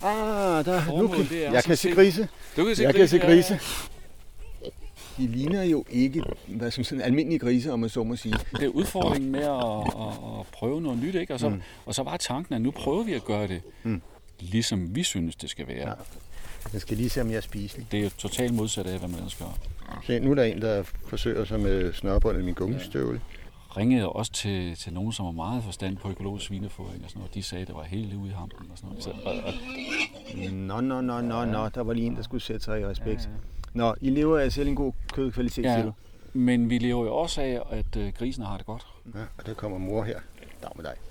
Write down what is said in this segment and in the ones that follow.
Jeg kan se grise. Du kan se jeg grise. Kan se grise. De ligner jo ikke, hvad som sådan almindelige grise, om man så må sige. Det er udfordringen med at prøve noget nyt, ikke? Og så var tanken, at nu prøver vi at gøre det, ligesom vi synes, det skal være. Ja. Jeg skal lige se, om jeg er spiselig. Det er jo totalt modsat af, hvad man ellers gør. Se, nu er der en, der forsøger sig med snørbånd i min gummistøvle. Ringede også til nogen, som var meget forstand på økologisk svinefodring og sådan noget. De sagde, at det var helt ude i hampen og sådan noget. Nå, der var lige en, der skulle sætte sig i respekt. Ja. Nå, I lever af selv en god kødkvalitet, siger du? Men vi lever jo også af, at grisene har det godt. Ja, og der kommer mor her. Dag med dig.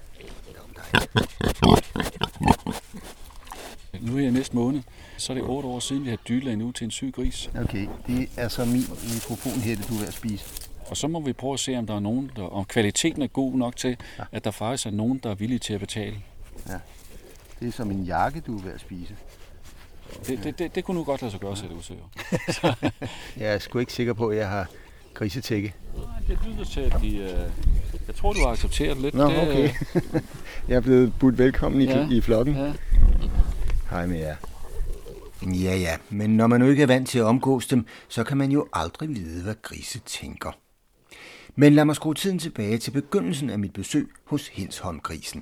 Nu er jeg næste måned, så er det 8 år siden, vi har dylet en uge til en syg gris. Okay, det er så min mikrofonhætte, du er ved at spise. Og så må vi prøve at se, om der er nogen, om kvaliteten er god nok til, at der faktisk er nogen, der er villige til at betale. Ja, det er som en jakke, du er ved at spise. Det kunne nu godt lade sig gøre, så det ud. Jeg er sgu ikke sikker på, at jeg har grisetække. Nej, det lyder til, at jeg tror, du har accepteret lidt. Nå, okay. Jeg er blevet budt velkommen i flokken. Ja. Hej med jer. Ja, men når man nu ikke er vant til at omgås dem, så kan man jo aldrig vide, hvad grise tænker. Men lad mig skrue tiden tilbage til begyndelsen af mit besøg hos Hindsholm-grisen.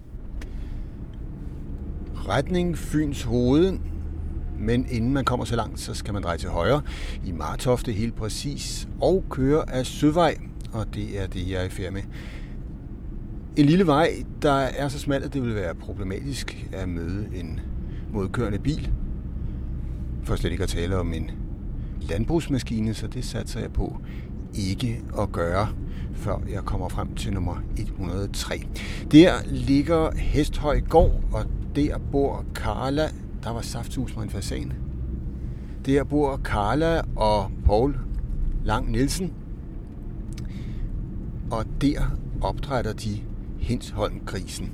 Retning Fyns Hoved, men inden man kommer så langt, så skal man dreje til højre i Martofte helt præcis og køre af Søvej, og det er det, jeg er i færd med. En lille vej, der er så smal, at det vil være problematisk at møde en modkørende bil. For slet ikke at tale om en landbrugsmaskine, så det satser jeg på ikke at gøre, før jeg kommer frem til nummer 103. Der ligger Hesthøj Gård, og der bor Carla. Der var saftsus med en fasan. Der bor Carla og Poul Lang Nielsen. Og der opdrætter de Hindsholm-grisen.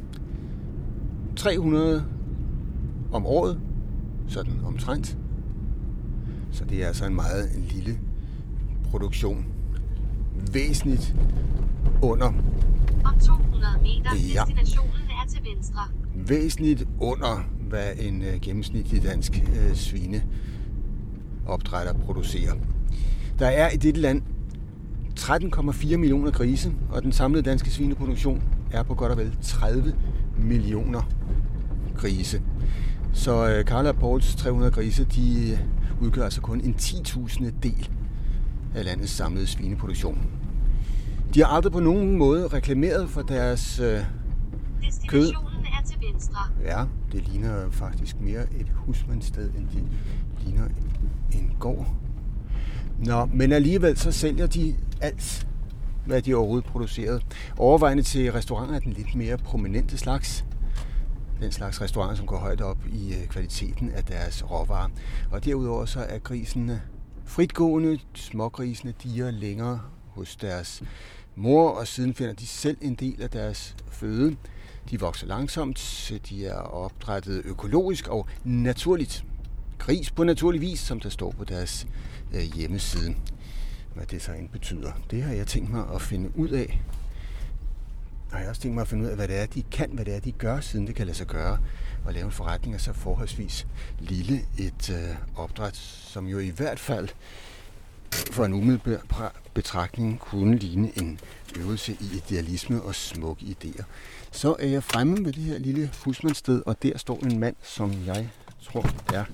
300 om året, sådan omtrent. Så det er altså en meget lille produktion. Væsentligt under... Om 200 meter, destinationen er til venstre. Væsentligt under, hvad en gennemsnitlig dansk svineopdrætter producerer. Der er i dette land 13,4 millioner grise, og den samlede danske svineproduktion er på godt og vel 30 millioner grise. Så Carla og Pauls 300 grise, de udgør altså kun en 10.000 del af landets samlede svineproduktion. De har aldrig på nogen måde reklameret for deres kød. Destinationen er til venstre. Ja, det ligner faktisk mere et husmandssted, end det ligner en gård. Nå, men alligevel så sælger de alt, hvad de overhovedet producerer. Overvejende til restauranter er den lidt mere prominente slags. Den slags restauranter, som går højt op i kvaliteten af deres råvarer. Og derudover så er grisene fritgående. Smågrisene dier længere hos deres mor, og siden finder de selv en del af deres føde. De vokser langsomt, de er opdrættet økologisk og naturligt. Gris på naturlig vis, som der står på deres hjemmeside. Hvad det så end betyder, det har jeg tænkt mig at finde ud af. Og jeg har også tænkt mig at finde ud af, hvad det er, de kan, hvad det er, de gør, siden det kan lade sig gøre. Og lave en forretning af så forholdsvis lille et opdræt, som jo i hvert fald for en umiddelbar betragtning kunne ligne en øvelse i idealisme og smukke idéer. Så er jeg fremme ved det her lille husmandssted, og der står en mand, som jeg tror er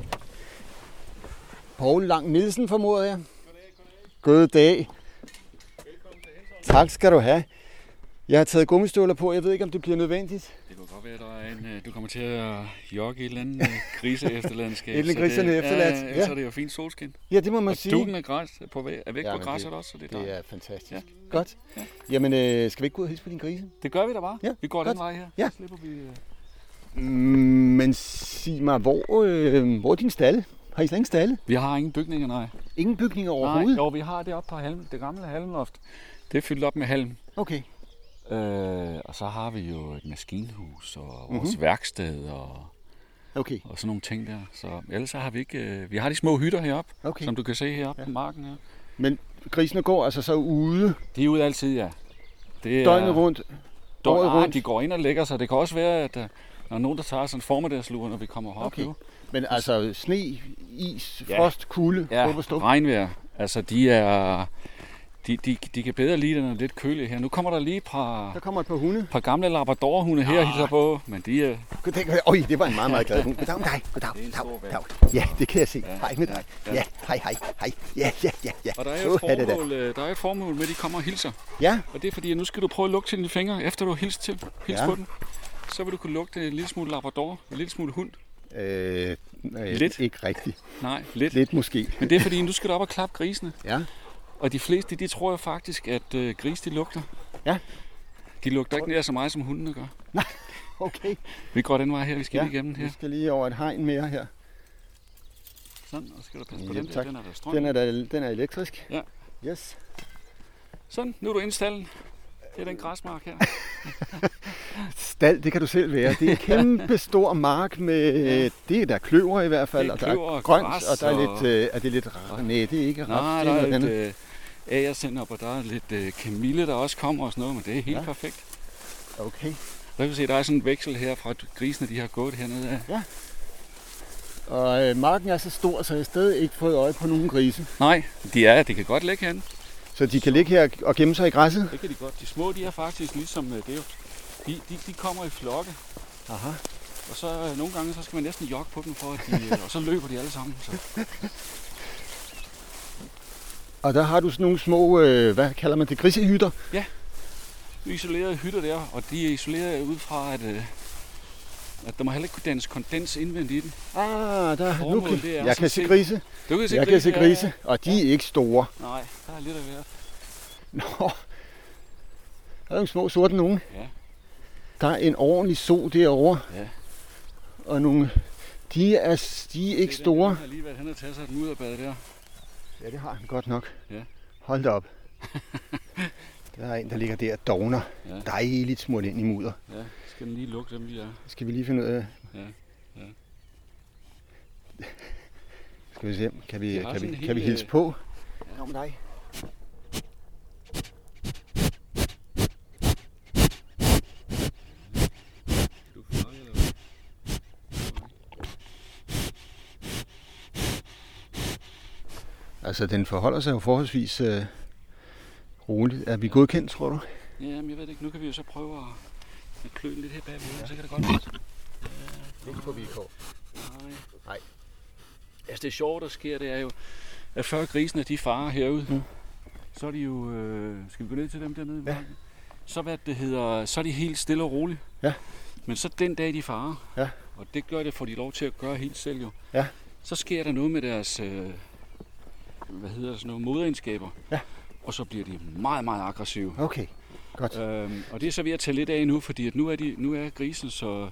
Poul Lang Nielsen, formoder jeg. Goddag. Velkommen til Hindsholm. Tak skal du have. Jeg har taget gummistøvler på. Jeg ved ikke, om det bliver nødvendigt. Det kunne godt være, at der er du kommer til at jogge et eller andet grise-efterlandskab. Et eller andet griserne-efterladt. Ja, så er det jo fint solskin. Ja, det må man sige. Og dugen af græs er væk på græsset også, så det er dejligt. Det er fantastisk. Ja. Godt. Ja. Jamen, skal vi ikke gå ud og hilse på din grise? Det gør vi da bare. Ja, vi går godt. den vej her. Ja. Så slipper vi... Men sig mig, hvor er din stalle? Har I slet ingen stalle? Vi har ingen bygninger, nej. Ingen bygninger overhovedet? Nej, jo, vi har det oppe på det gamle halmloft. Det er fyldt op med halm. Okay. Og så har vi jo et maskinhus og vores værksted og sådan nogle ting der. Så ellers så har vi ikke... vi har de små hytter heroppe, som du kan se heroppe på marken her. Men grisene går altså så ude? De er ude altid, ja. Det er døgnet rundt? Året rundt? De går ind og lægger sig. Det kan også være, Der er nogen, der tager sådan en formiddagslur, når vi kommer herop. Okay. Men altså sne, is, frost, kulde, regnvejr. Altså de kan bedre lide, den er lidt kølig her. Nu kommer der lige et par gamle labradorhunde her, hilser på, men de er... Goddag. Det var en meget, meget glad hund. Goddag. Ja, det kan jeg se. Hej med dig. Ja, hej. Ja. Og der er et formål med, at de kommer og hilser. Ja. Og det er fordi, at nu skal du prøve at lugte til dine fingre, efter du har hilst på den. Så vil du kunne lugte en lille smule labrador, en lille smule hund. Lidt. Ikke rigtigt. Nej, lidt. Lidt måske. Men det er fordi, nu skal du op og klappe grisene. Ja. Og de fleste, de tror jo faktisk, at gris, de lugter. Ja. De lugter ikke nær så meget, som hundene gør. Nej, okay. Vi går den vej her, vi skal lige igennem her. Vi skal lige over et hegn mere her. Sådan, og så skal du passe på den der. Den er der strøm. Den er elektrisk. Ja. Yes. Sådan, nu er du inde i stallen. Det er den græsmark her. Stald, det kan du selv være. Det er en kæmpe stor mark med, det er der kløver i hvert fald, og der er grønt, og der er lidt, er det lidt nej, det er ikke raps. Nej, der er lidt agersennep, og der er lidt kamille, der også kommer og sådan noget, men det er helt perfekt. Okay. Der kan vi se, der er sådan en veksel her fra grisene, de har gået hernede af. Ja. Og marken er så stor, så jeg stadig ikke fået øje på nogen grise. Nej, de kan godt ligge herinde. Så de kan ligge her og gemme sig i græsset? Det kan de godt. De små, de er faktisk ligesom, det er jo, de kommer i flokke. Aha. Og så nogle gange, så skal man næsten jogge på dem, for at de, og så løber de alle sammen. Så. Og der har du sådan nogle små, hvad kalder man det, grisehytter? Ja, isolerede hytter der, og de er isoleret ud fra, at der må heller ikke kunne dannes kondens indvendigt i den. Jeg kan se grise. Du kan se jeg grise, kan se grise, og de er ikke store. Nej, der er lidt af hvert. Nå, der er nogle små sorte nogen. Ja. Der er en ordentlig so derovre. Ja. Og nogle, de er ikke store. Han har lige været hen og taget sig et mudderbad der. Ja, det har han godt nok. Ja. Hold da op. Der er en, der ligger der og dogner. Ja. Dejligt smurt ind i mudder. Ja, skal den lige lukke dem, vi er. Skal vi lige finde ud af. Ja. Skal vi se, kan vi hilse på? Ja. Kom med dig. Altså, den forholder sig jo forholdsvis roligt. Er vi godkendt, tror du? Ja, men jeg ved det ikke. Nu kan vi jo så prøve at klø lidt her bagved, så kan det godt være. Ikke på vilkår. Nej. Altså, det sjove, der sker, det er jo, at før grisene, de farer herude, så er de jo... skal vi gå ned til dem dernede? Ja. Så er de helt stille og roligt. Ja. Men så den dag, de farer, og det gør det, får de lov til at gøre helt selv jo. Ja. Så sker der noget med deres... moderegenskaber. Ja. Og så bliver de meget, meget aggressive. Okay, godt. Og det er så ved at tage lidt af nu, fordi at nu er grisen så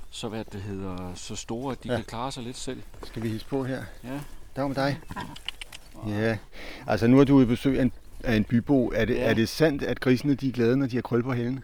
store, at de kan klare sig lidt selv. Skal vi hilse på her? Ja. Dag med dig. Ja. Altså nu er du i besøg af en bybo. Er det sandt, at grisene de er glade, når de har krøl på hælene?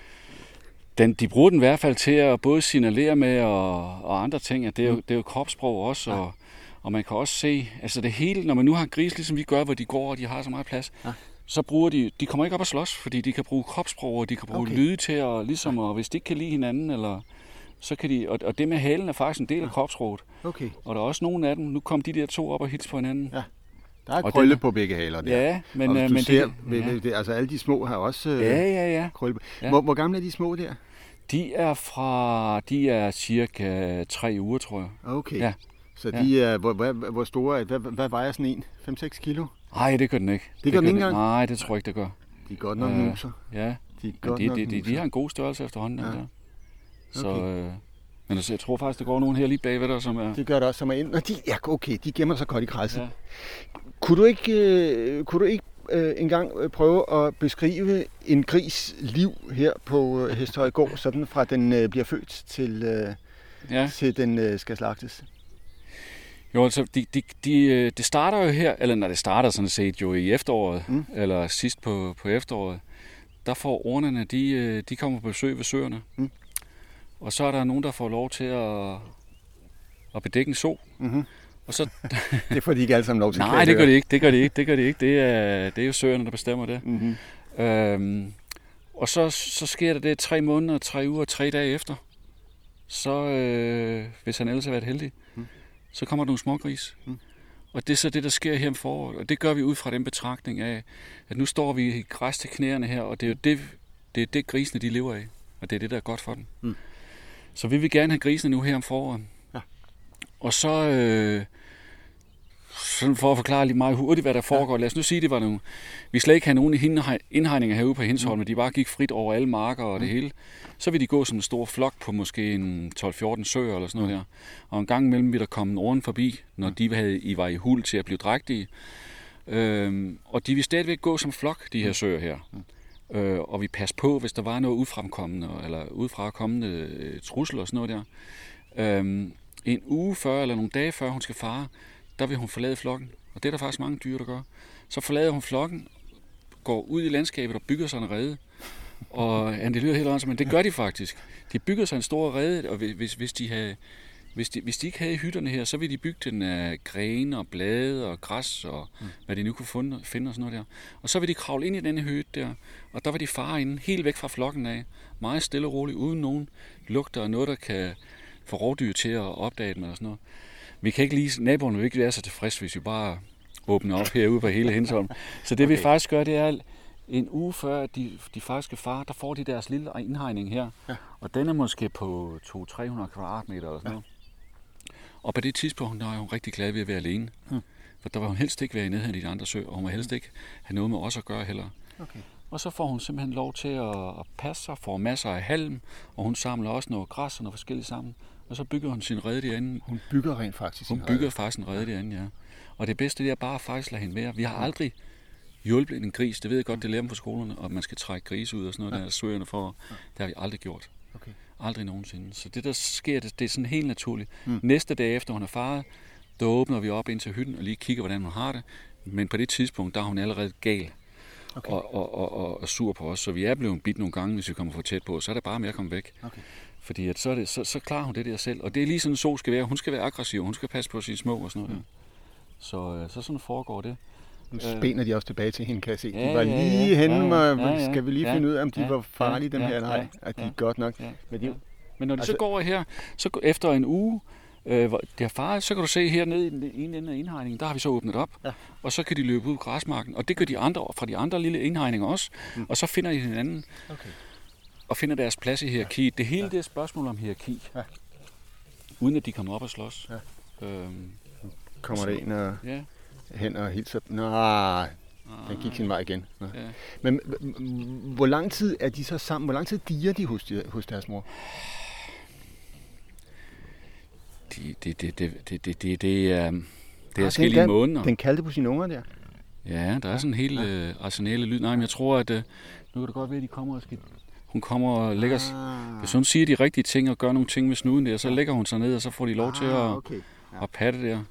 De bruger den i hvert fald til at både signalere med og andre ting. At det er jo kropssprog også, og man kan også se, altså det hele, når man nu har gris, ligesom vi gør, hvor de går, og de har så meget plads, så bruger de kommer ikke op at slås, fordi de kan bruge kropssprog, og de kan bruge lyde til at, ligesom, og hvis de ikke kan lide hinanden, eller så kan de, og det med halen er faktisk en del af kropssproget. Okay. Og der er også nogle af dem, nu kom de der to op og hilse på hinanden. Ja. Der er krølle på begge haler der. Ja, men... Og du ser, altså alle de små har også krølle på. Ja. Hvor gamle er de små der? De er cirka 3 uger, tror jeg. Okay. Ja. Så de er, hvor store, hvad vejer sådan en? 5-6 kilo? Nej, det gør den ikke. Det gør den ikke engang? Nej, det tror jeg ikke, det gør. De er godt nok muser. Ja, de har en god størrelse efterhånden. Ja. Der. Så, okay. Men jeg tror faktisk, der går nogen her lige bagved dig, som er... Det gør der også, som er ind. De gemmer sig godt i græsset. Ja. Kunne du ikke engang prøve at beskrive en gris liv her på Hesthøjgård, sådan fra den bliver født til den skal slagtes? Jo, altså, det starter jo her, eller det starter sådan set jo i efteråret, eller sidst på efteråret, der får ornerne, de kommer på besøg ved søerne. Og så er der nogen, der får lov til at bedække en so. Mm-hmm. Og så... det får de ikke alle sammen lov til. Nej, det gør de ikke. Det er jo søerne, der bestemmer det. Mm-hmm. Og så sker der det 3 måneder, 3 uger, 3 dage efter. så hvis han ellers har været heldig, så kommer der nogle smågris. Og det er så det, der sker her om foråret. Og det gør vi ud fra den betragtning af, at nu står vi i græs til knæerne her, og det er jo det grisene de lever af. Og det er det, der er godt for dem. Så vi vil gerne have grisene nu her om foråret. Ja. Og så... sådan for at forklare lidt meget hurtigt, hvad der foregår. Lad os nu sige, det var nogle... Vi slet ikke havde nogen indhegninger herude på Hindsholm, men de bare gik frit over alle marker og det hele. Så ville de gå som en stor flok på måske en 12-14 søer eller sådan noget der. Og en gang imellem ville der komme en orden forbi, når de var i hul til at blive drægtige. Og de ville stadigvæk gå som flok, de her søer her. Og vi passer på, hvis der var noget udefrakommende trusler og sådan noget der. En uge før, eller nogle dage før hun skal fare, der vil hun forlade flokken. Og det er der faktisk mange dyr, der gør. Så forlader hun flokken, går ud i landskabet og bygger sig en rede. Og det lyder helt andet, men det gør de faktisk. De bygger sig en stor rede, og hvis de ikke havde hytterne her, så ville de bygge den af grene og blade og græs og hvad de nu kunne finde og sådan noget der. Og så vil de kravle ind i denne hytte der, og der vil de fare inde, helt væk fra flokken af. Meget stille og roligt, uden nogen lugter og noget, der kan få rovdyr til at opdage dem eller sådan noget. Vi kan ikke lige, naboerne vil ikke være så tilfredse, hvis vi bare åbner op herude på hele Hindsholm. Så det vi faktisk gør, det er en uge før de faktisk skal fare, der får de deres lille indhegning her. Ja. Og den er måske på 200-300 kvadratmeter eller sådan noget. Og på det tidspunkt, der er hun rigtig glad ved at være alene. For der var hun helst ikke være i nærheden af de andre søer, og hun vil helst ikke have noget med os at gøre heller. Okay. Og så får hun simpelthen lov til at passe sig, får masser af halm, og hun samler også noget græs og noget forskelligt sammen. Og så bygger hun sin rede derinde. Hun bygger rent faktisk Hun bygger faktisk en rede derinde, ja. Og det bedste det er bare faktisk lade hende være. Vi har aldrig hjulpet en gris. Det ved jeg godt, det lærer dem på skolerne, og man skal trække grise ud og sådan noget der søerne for. Det har vi aldrig gjort. Okay. Aldrig nogensinde. Så det der sker, det er sådan helt naturligt. Næste dag efter hun er faret, der åbner vi op ind til hytten og lige kigger, hvordan hun har det. Men på det tidspunkt, der er hun allerede gal. Okay. Og sur på os. Så vi er blevet bidt nogle gange, hvis vi kommer for tæt på. Så er det bare med at komme væk. Okay. Fordi at så klarer hun det der selv. Og det er lige sådan, så skal være. Hun skal være aggressiv. Hun skal passe på sine små og sådan noget. Så sådan foregår det. Nu spænder de også tilbage til hende, kan jeg se. De var lige henne, skal vi lige finde ud af, om de var farlige, dem her? Nej, at de er godt nok. Ja. Men når de så går over her, så efter en uge, det har faret, så kan du se hernede i den ene ende af indhegningen, der har vi så åbnet op, og så kan de løbe ud på græsmarken. Og det gør de andre fra de andre lille indhegninger også, og så finder de hinanden. Okay. Og finder deres plads i hierarkiet. Det hele det er spørgsmål om hierarki. Ja. Uden at de kommer op og slås. Ja. Kommer det en og hen og hilser? Nej, den gik sin vej igen. Ja. Men hvor lang tid er de så sammen? Hvor lang tid dier de hos deres mor? Det er forskellige måneder. Den kaldte på sine unger der? Ja, der er sådan en hel arsenale lyd. Nej, men jeg tror, at nu kan det godt være, at de kommer og skal... Hun kommer og lægger sig. Hvis hun siger de rigtige ting og gør nogle ting med snuden der, så lægger hun sig ned, og så får de lov til at patte der.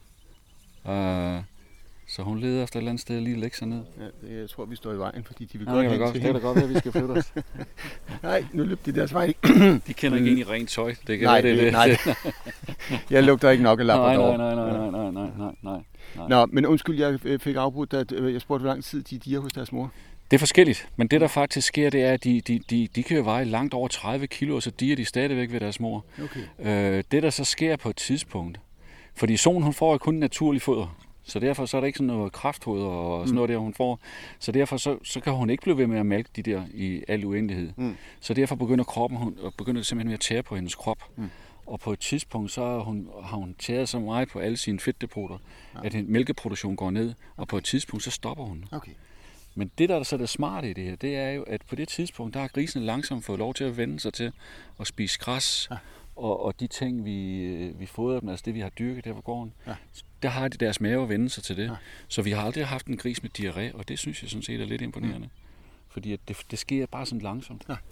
Så hun leder efter et eller andet sted lige at lægge sig ned. Ja, jeg tror, vi står i vejen, fordi de vil godt hen til hende. Det er da godt, at vi skal flytte os. Nej, nu løb de deres vej. De kender ikke ind i rent tøj. Det kan være det. Nej. Jeg lugter ikke nok af labrador. Nej. Nå, men undskyld, jeg fik afbrudt, at jeg spurgte, hvor lang tid de dier hos deres mor. Det er forskelligt, men det der faktisk sker, det er, at de kan jo veje langt over 30 kilo, og så dier de stadigvæk ved deres mor. Okay. Det der så sker på et tidspunkt, fordi solen hun får kun naturlig foder, så derfor så er der ikke sådan noget kraftfoder og sådan noget der hun får, så derfor så kan hun ikke blive ved med at mælke de der i al uendelighed. Så derfor begynder simpelthen at tære på hendes krop. Og på et tidspunkt så har hun tæret så meget på alle sine fedtdepoter, at hendes mælkeproduktion går ned, og på et tidspunkt så stopper hun. Okay. Men det, der så er det smarte i det her, det er jo, at på det tidspunkt, der har grisene langsomt fået lov til at vende sig til at spise græs, og de ting, vi fodrer dem, altså det, vi har dyrket der på gården, der har de deres mave at vende sig til det. Ja. Så vi har aldrig haft en gris med diarré, og det synes jeg sådan set er lidt imponerende. Fordi at det sker bare sådan langsomt. Ja.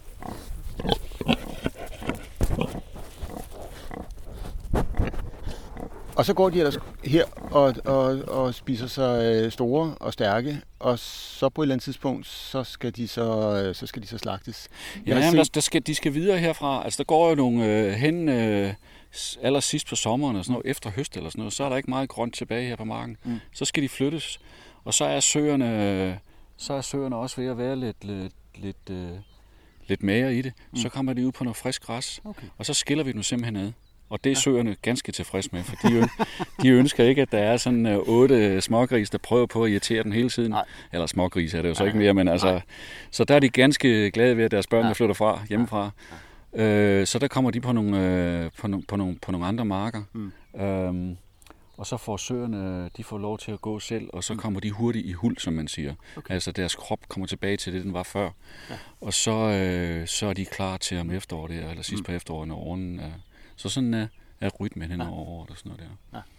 Og så går de ellers her og spiser sig store og stærke, og så på et eller andet tidspunkt, så skal de så slagtes. De skal videre herfra. Altså der går jo nogle hen allersidst på sommeren og sådan noget, efter høst eller sådan noget, så er der ikke meget grønt tilbage her på marken. Så skal de flyttes, og så er søerne også ved at være lidt mager i det, så kommer de ud på noget frisk græs, og så skiller vi dem simpelthen ad. Og det er søerne ganske tilfreds med, for de ønsker ikke, at der er sådan 8 smågris, der prøver på at irritere den hele tiden. Nej. Eller smågris er det jo så ikke mere, men altså... Så der er de ganske glade ved, at deres børn flytter fra hjemmefra. Så der kommer de på nogle andre marker. Og så får søerne, de får lov til at gå selv, og så kommer de hurtigt i huld, som man siger. Okay. Altså deres krop kommer tilbage til det, den var før. Ja. Og så er de klar til om efteråret, eller sidst på efteråret, når åren så sådan er rytmen hen over året og sådan noget der. Ja.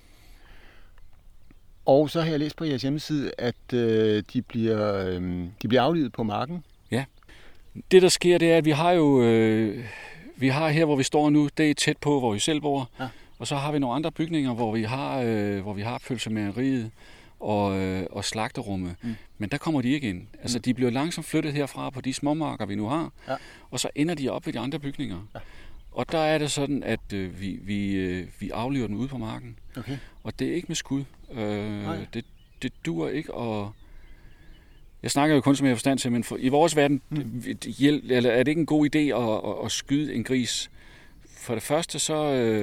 Og så har jeg læst på jeres hjemmeside, at de bliver aflivet på marken. Ja. Det der sker, det er, at vi har her, hvor vi står nu, det er tæt på, hvor vi selv bor. Ja. Og så har vi nogle andre bygninger, hvor vi har pølsemageriet og slagterumme. Men der kommer de ikke ind. Altså, de bliver langsomt flyttet herfra på de småmarker, vi nu har. Ja. Og så ender de op ved de andre bygninger. Ja. Og der er det sådan, at vi afliver dem ude på marken. Okay. Og det er ikke med skud. Det dur ikke at... Jeg snakker jo kun som jeg har forstand til, men i vores verden er det ikke en god idé at skyde en gris. For det første, så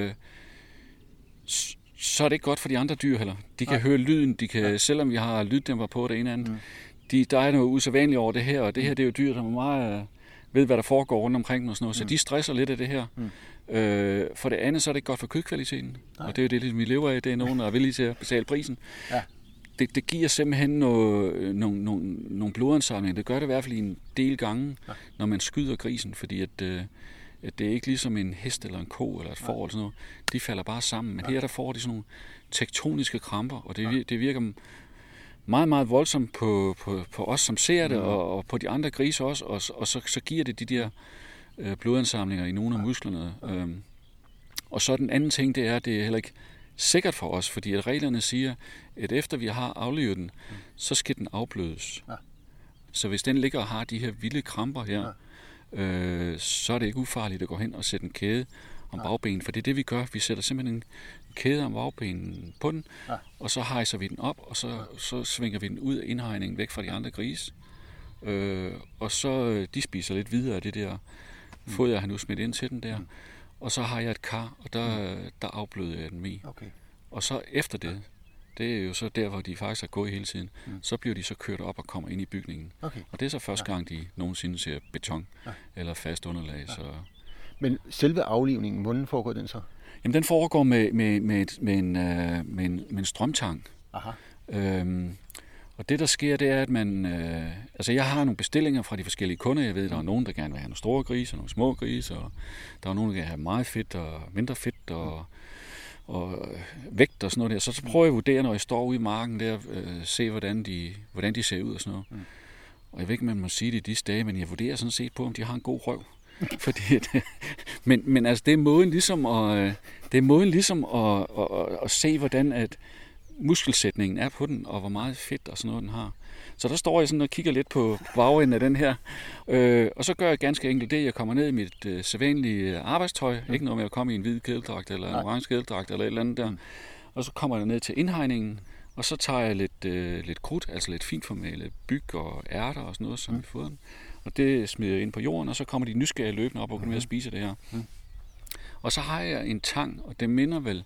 er det ikke godt for de andre dyr heller. De kan høre lyden, selvom vi har lyddæmper på det ene andet. Der er noget usædvanligt over det her, og det her det er jo dyr, der er meget ved, hvad der foregår rundt omkring dem og sådan noget. Så de stresser lidt af det her. For det andet, så er det ikke godt for kødkvaliteten. Og det er jo det, vi lever af. Det er nogen, der er villige til at betale prisen. Ja. Det giver simpelthen nogle blodansamlinger. Det gør det i hvert fald i en del gange, når man skyder grisen, fordi at det er ikke ligesom en hest eller en ko eller et får eller sådan noget. De falder bare sammen. Men her der får de sådan nogle tektoniske kramper, og det virker meget, meget voldsomt på os, som ser det, og på de andre grise også, og så giver det de der blodansamlinger i nogle af musklerne. Og så den anden ting, det er heller ikke sikkert for os, fordi at reglerne siger, at efter vi har aflivet den, så skal den afblødes. Ja. Så hvis den ligger og har de her vilde kramper her, så er det ikke ufarligt at gå hen og sætte en kæde om bagbenen, for det er det, vi gør. Vi sætter simpelthen en kæde om bagbenen på den, og så hejser vi den op, og så svinger vi den ud af indhegningen væk fra de andre grise. Og så de spiser lidt videre af det der foder, jeg har nu smidt ind til den der. Og så har jeg et kar, og der afbløder jeg den med. Okay. Og så efter det er jo så der, hvor de faktisk har gået hele tiden, så bliver de så kørt op og kommer ind i bygningen. Okay. Og det er så første gang, de nogensinde ser beton eller fast underlag. Så. Men selve aflivningen, hvordan foregår den så? Jamen, den foregår med en strømtang. Aha. Og det, der sker, det er, at man... altså, jeg har nogle bestillinger fra de forskellige kunder. Jeg ved, der er nogen, der gerne vil have nogle store grise og nogle små grise, og der er nogen, der gerne vil have meget fedt og mindre fedt og vægt og sådan noget der. Så prøver jeg at vurdere, når jeg står ude i marken der, se, hvordan de ser ud og sådan noget. Og jeg ved ikke, man må sige det i disse dage, men jeg vurderer sådan set på, om de har en god røv. Fordi men altså, det er måden ligesom at se, hvordan at muskelsætningen er på den, og hvor meget fedt og sådan noget den har. Så der står jeg sådan og kigger lidt på bagenden af den her, og så gør jeg ganske enkelt det, jeg kommer ned i mit sædvanlige arbejdstøj, ikke noget med at komme i en hvid kedeldragt eller en orange kedeldragt eller et eller andet der, og så kommer jeg ned til indhegningen, og så tager jeg lidt krudt, altså lidt finformale byg og ærter og sådan noget, som vi får den, og det smider jeg ind på jorden, og så kommer de nysgerrige løbende op og kan med at spise det her. Og så har jeg en tang, og det minder vel,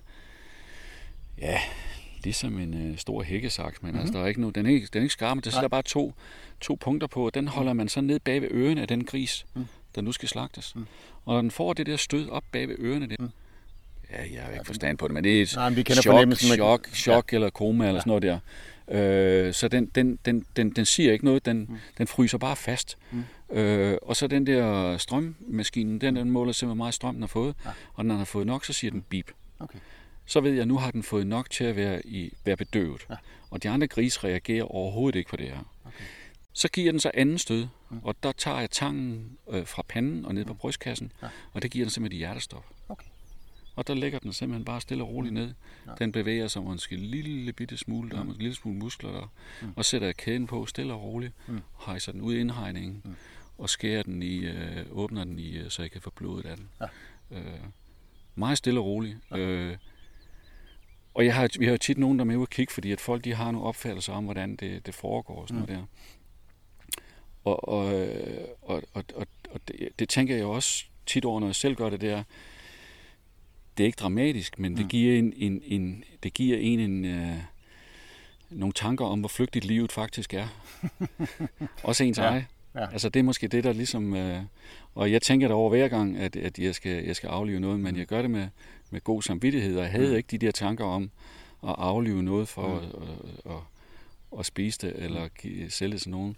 ligesom en stor hækkesaks, men altså, der er ikke noget, den er ikke skarp, men der sidder bare to punkter på, og den holder man så ned bag ved ørerne af den gris, der nu skal slagtes. Og når den får det der stød op bag ved ørerne, jeg har ikke forstand på det, men det er et chok eller koma eller sådan noget der. Så den siger ikke noget, den fryser bare fast. Og så den der strømmaskinen, den måler simpelthen meget strøm, den har fået, og når den har fået nok, så siger den bip. Okay. Så ved jeg, at nu har den fået nok til at være bedøvet. Ja. Og de andre grise reagerer overhovedet ikke på det her. Okay. Så giver den så anden stød, og der tager jeg tangen fra panden og ned på brystkassen, og det giver den simpelthen hjertestop. Okay. Og der lægger den simpelthen bare stille og roligt ned. Ja. Den bevæger sig måske en lille bitte smule, der er en lille smule muskler der, og sætter kæden på stille og roligt, hejser den ud i indhegningen, og skærer den åbner den i, så jeg kan få blodet af den. Ja. Meget stille og roligt. Ja. Og vi har jo tit nogen, der er med ude at kigge, fordi at folk de har nogle opfattelser om, hvordan det foregår og sådan noget der. og det tænker jeg også tit over, når jeg selv gør det, det er ikke dramatisk, men det giver nogle tanker om, hvor flygtigt livet faktisk er. Også ens eget. Ja. Altså det er måske det, der ligesom... og jeg tænker derover hver gang, at jeg skal aflive noget, men jeg gør det med god samvittighed, og jeg havde ikke de der tanker om at aflive noget for at spise det, eller sælge det til nogen.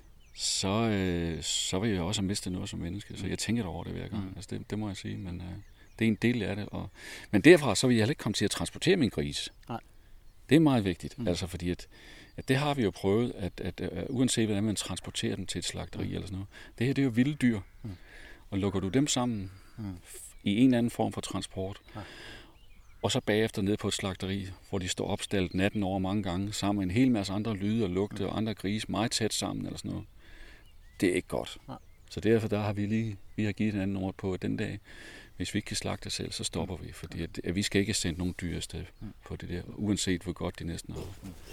Så vil jeg også have mistet noget som menneske. Så jeg tænker over det hver gang. Altså det må jeg sige, men det er en del af det. Men derfra så vil jeg heller ikke komme til at transportere min gris. Nej. Det er meget vigtigt, altså fordi at det har vi jo prøvet, at uanset hvordan man transporterer dem til et slagteri eller sådan noget, det her det er jo vilde dyr. Og lukker du dem sammen i en eller anden form for transport, og så bagefter ned på et slagteri, hvor de står opstillet natten over mange gange, sammen med en hel masse andre lyde og lugte og andre grise meget tæt sammen eller sådan noget, det er ikke godt. Så derfor der har vi har givet en anden ord på, at den dag, hvis vi ikke kan slagte selv, så stopper vi, fordi at vi skal ikke sende nogen dyr afsted på det der, uanset hvor godt de næsten har.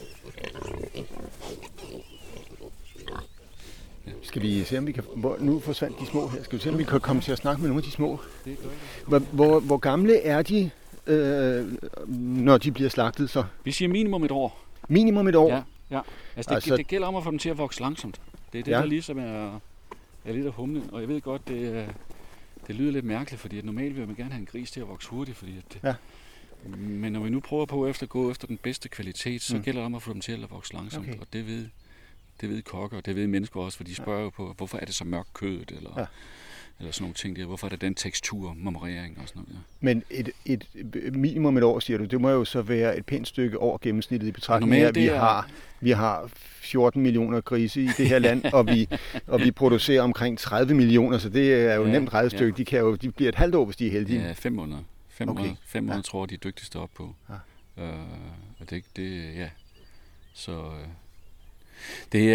Ja. Skal vi se, om vi kan... Nu forsvandt de små her. Skal vi se, om vi kan komme til at snakke med nogle af de små? Det gør vi. Hvor gamle er de, når de bliver slagtet så? Vi siger minimum et år. Minimum et år? Ja. Altså det gælder om at få dem til at vokse langsomt. Det er det, der ligesom er lidt af humlen, og jeg ved godt, det lyder lidt mærkeligt, fordi at normalt vil man gerne have en gris til at vokse hurtigt, fordi men når vi nu prøver på at gå efter den bedste kvalitet, så gælder det om at få dem til at vokse langsomt, og det ved kokker, og det ved mennesker også, for de spørger jo på, hvorfor er det så mørkt kødet, eller sådan nogle ting der, hvorfor er det den tekstur, marmorering og sådan noget. Ja. Men et minimum et år, siger du, det må jo så være et pænt stykke over gennemsnittet i betragtning af, vi har 14 millioner grise i det her land, og vi producerer omkring 30 millioner, så det er jo nemt regnestykke. De bliver et halvt år, hvis de er heldige. Ja, 5 måneder. 5 måneder tror jeg, de er dygtigste op på. Ja. Og så det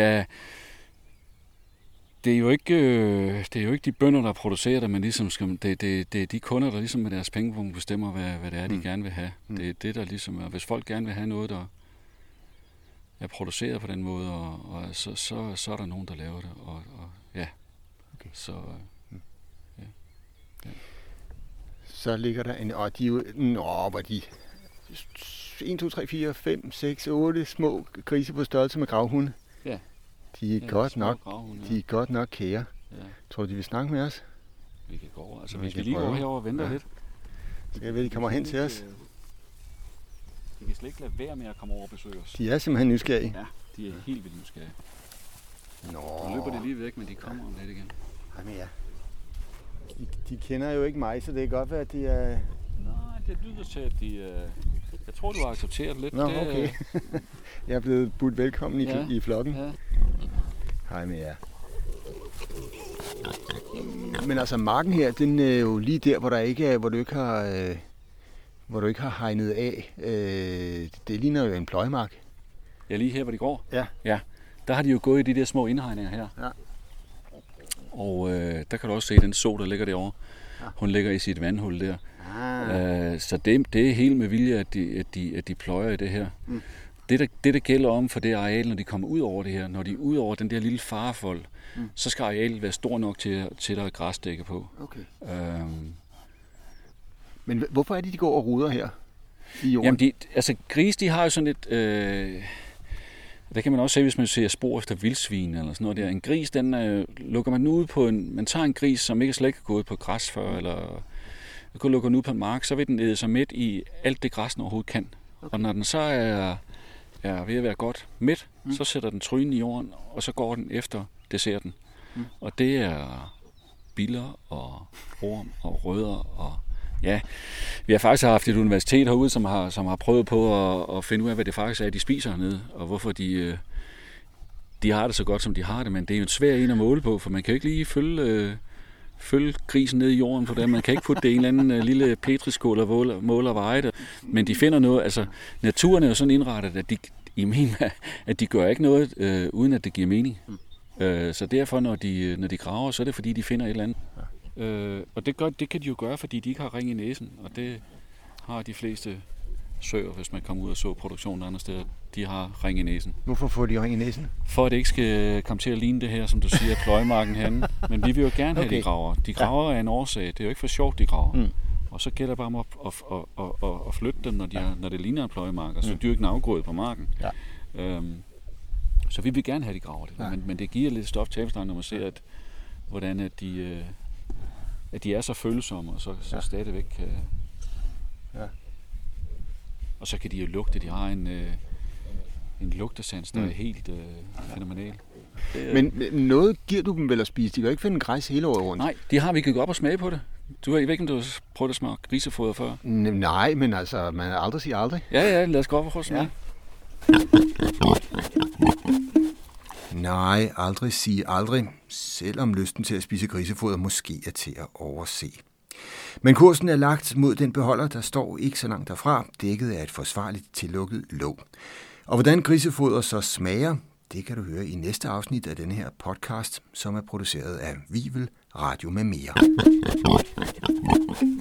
er jo ikke de bønder, der producerer det, men ligesom det er de kunder, der ligesom med deres pengepunkt bestemmer, hvad det er, de gerne vil have. Det er det, der ligesom er. Hvis folk gerne vil have noget, der er produceret på den måde, og så er der nogen, der laver det. Så ligger der en... Og de er jo... hvor de... 1, 2, 3, 4, 5, 6, 8 små grise på størrelse med gravhunde. Ja. De er godt nok kære. Ja. Tror du, de vil snakke med os? Vi kan gå over. Altså, vi skal lige gå herover og vente lidt. Så kan vi, de kommer hen til os. De kan slet ikke lade være med at komme over og besøge os. De er simpelthen nysgerrige. Ja, de er helt vildt nysgerrige. Nu løber de lige væk, men de kommer om lidt igen. Jamen ja. De kender jo ikke mig, så det kan godt være, at de er... Nej, det lyder til, at de... Jeg tror, du har accepteret lidt. Nå, okay. Jeg er blevet budt velkommen i flokken. Ja. Hej med jer. Men altså, marken her, den er jo lige der, hvor du ikke har hegnet af. Det ligner jo en pløjemark. Ja, lige her, hvor de går. Ja. Der har de jo gået i de der små indhegninger her. Ja. Og der kan du også se den så, der ligger derovre. Ja. Hun ligger i sit vandhul der. Så det er helt med vilje, at de pløjer i det her. Det der gælder om for det areal, når de kommer ud over det her, når de er ud over den der lille farefold, så skal arealet være stor nok til der er græsdække på. Okay. Men hvorfor er det, de går og ruder her i jorden? Jamen, grise, de har jo sådan et... der kan man også se, hvis man ser spor efter vildsvin eller sådan noget der. En gris, den lukker man ud på man tager en gris, som ikke slet ikke er gået på græs før, eller lukker den ud på en mark, så vil den æde sig midt i alt det græs, den overhovedet kan. Okay. Og når den så er ved at være godt midt, så sætter den trynen i jorden, og så går den efter desserten. Og det er biller og orm og rødder og... Ja, vi har faktisk haft et universitet herude, som har prøvet på at finde ud af, hvad det faktisk er, de spiser hernede, og hvorfor de har det så godt, som de har det. Men det er jo en svær en at måle på, for man kan jo ikke lige følge grisen ned i jorden på det. Man kan ikke putte det i en eller anden lille petriskål og måle og veje det. Men de finder noget, altså naturen er jo sådan indrettet, at de gør ikke noget, uden at det giver mening. Så derfor, når de graver, så er det fordi, de finder et eller andet. Og det kan de jo gøre, fordi de ikke har ring i næsen, og det har de fleste søer, hvis man kommer ud og så produktionen andre steder, de har ring i næsen. Hvorfor får de ring i næsen? For at det ikke skal komme til at ligne det her, som du siger, pløjemarken henne. Men vi vil jo gerne have, de graver. De graver af en årsag. Det er jo ikke for sjovt, de graver. Mm. Og så gælder det bare om at flytte dem, når det ligner en pløjemark, og så dyrke en afgrøde på marken. Ja. Så vi vil gerne have, de graver det. Ja. Men det giver lidt stof til efterhånden, når man ser, hvordan at de er så følsomme, og så stadigvæk... Ja. Og så kan de jo lugte. De har en lugtesans, der er helt fænomenal. Men noget giver du dem vel at spise? De kan jo ikke finde græs hele året rundt. Nej, vi kan gå op og smage på det. Jeg ved ikke, om du har prøvet at smage grisefoder før? Nej, men altså, man aldrig siger aldrig. Ja, lad os gå op og prøve at smage. Nej, aldrig sige aldrig, selvom lysten til at spise grisefoder måske er til at overse. Men kursen er lagt mod den beholder, der står ikke så langt derfra, dækket af et forsvarligt tillukket låg. Og hvordan grisefoder så smager, det kan du høre i næste afsnit af denne her podcast, som er produceret af Vivel Radio med mere.